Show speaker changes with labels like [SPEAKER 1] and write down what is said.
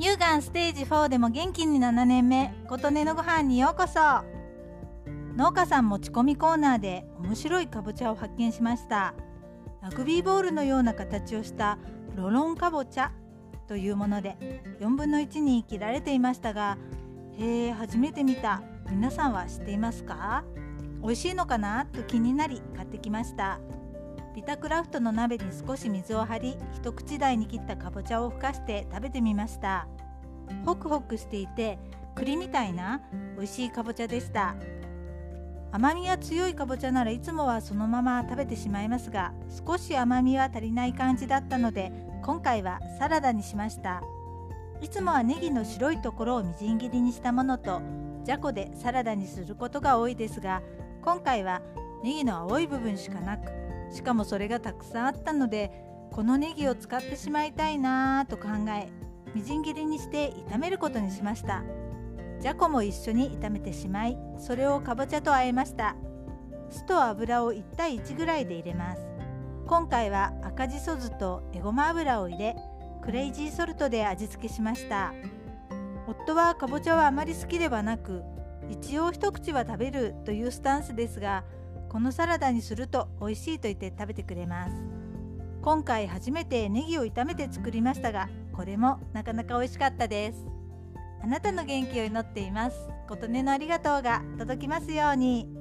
[SPEAKER 1] 乳がんステージ4でも元気に7年目、琴音のご飯にようこそ。農家さん持ち込みコーナーで面白いかぼちゃを発見しました。ラグビーボールのような形をしたロロンかぼちゃというもので4分の1に切られていましたが、初めて見た。皆さんは知っていますか？美味しいのかなと気になり買ってきました。ビタクラフトの鍋に少し水を張り、一口大に切ったかぼちゃをふかして食べてみました。ホクホクしていて栗みたいな美味しいかぼちゃでした。甘みが強いかぼちゃならいつもはそのまま食べてしまいますが、少し甘みは足りない感じだったので、今回はサラダにしました。いつもはネギの白いところをみじん切りにしたものとじゃこでサラダにすることが多いですが、今回はネギの青い部分しかなく、しかもそれがたくさんあったので、このネギを使ってしまいたいなぁと考え、みじん切りにして炒めることにしました。じゃこも一緒に炒めてしまい、それをかぼちゃと和えました。酢と油を1対1ぐらいで入れます。今回は赤じそ酢とえごま油を入れ、クレイジーソルトで味付けしました。夫はかぼちゃはあまり好きではなく、一応一口は食べるというスタンスですが、このサラダにすると美味しいと言って食べてくれます。今回初めてネギを炒めて作りましたが、これもなかなか美味しかったです。あなたの元気を祈っています。琴音のありがとうが届きますように。